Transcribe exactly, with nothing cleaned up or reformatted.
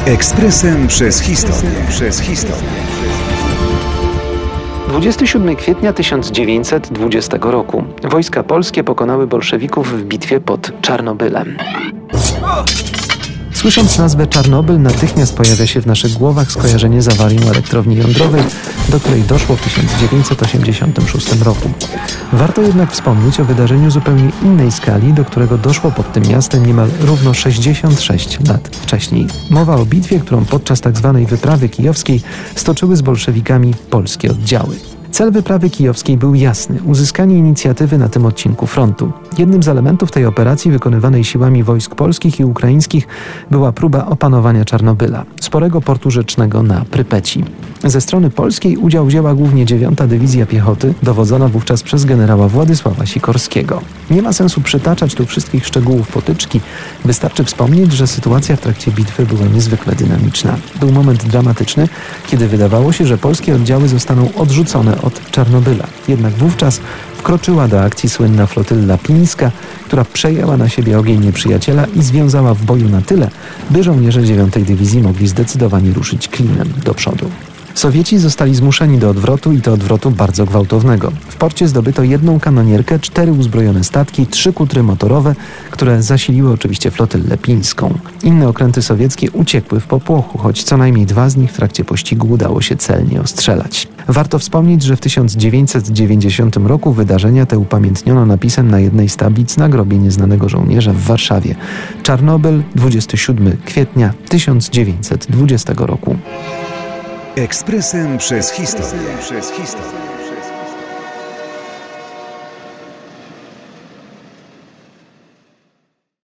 Ekspresem przez historię. Przez historię. dwudziestego siódmego kwietnia tysiąc dziewięćset dwudziestego roku wojska polskie pokonały bolszewików w bitwie pod Czarnobylem. Słysząc nazwę Czarnobyl, natychmiast pojawia się w naszych głowach skojarzenie z awarią elektrowni jądrowej, do której doszło w tysiąc dziewięćset osiemdziesiątym szóstym roku. Warto jednak wspomnieć o wydarzeniu zupełnie innej skali, do którego doszło pod tym miastem niemal równo sześćdziesiąt sześć lat wcześniej. Mowa o bitwie, którą podczas tzw. wyprawy kijowskiej stoczyły z bolszewikami polskie oddziały. Cel wyprawy kijowskiej był jasny – uzyskanie inicjatywy na tym odcinku frontu. Jednym z elementów tej operacji wykonywanej siłami wojsk polskich i ukraińskich była próba opanowania Czarnobyla, sporego portu rzecznego na Prypeci. Ze strony polskiej udział wzięła głównie dziewiąta Dywizja Piechoty, dowodzona wówczas przez generała Władysława Sikorskiego. Nie ma sensu przytaczać tu wszystkich szczegółów potyczki, wystarczy wspomnieć, że sytuacja w trakcie bitwy była niezwykle dynamiczna. Był moment dramatyczny, kiedy wydawało się, że polskie oddziały zostaną odrzucone od Czarnobyla. Jednak wówczas wkroczyła do akcji słynna flotylla pińska, która przejęła na siebie ogień nieprzyjaciela i związała w boju na tyle, by żołnierze dziewiątej Dywizji mogli zdecydowanie ruszyć klinem do przodu. Sowieci zostali zmuszeni do odwrotu i to odwrotu bardzo gwałtownego. W porcie zdobyto jedną kanonierkę, cztery uzbrojone statki, trzy kutry motorowe, które zasiliły oczywiście flotyllę pińską. Inne okręty sowieckie uciekły w popłochu, choć co najmniej dwa z nich w trakcie pościgu udało się celnie ostrzelać. Warto wspomnieć, że w tysiąc dziewięćset dziewięćdziesiątym roku wydarzenia te upamiętniono napisem na jednej z tablic na grobie nieznanego żołnierza w Warszawie. Czarnobyl, dwudziestego siódmego kwietnia tysiąc dziewięćset dwudziestego roku. Ekspresem przez historię. Przez historię.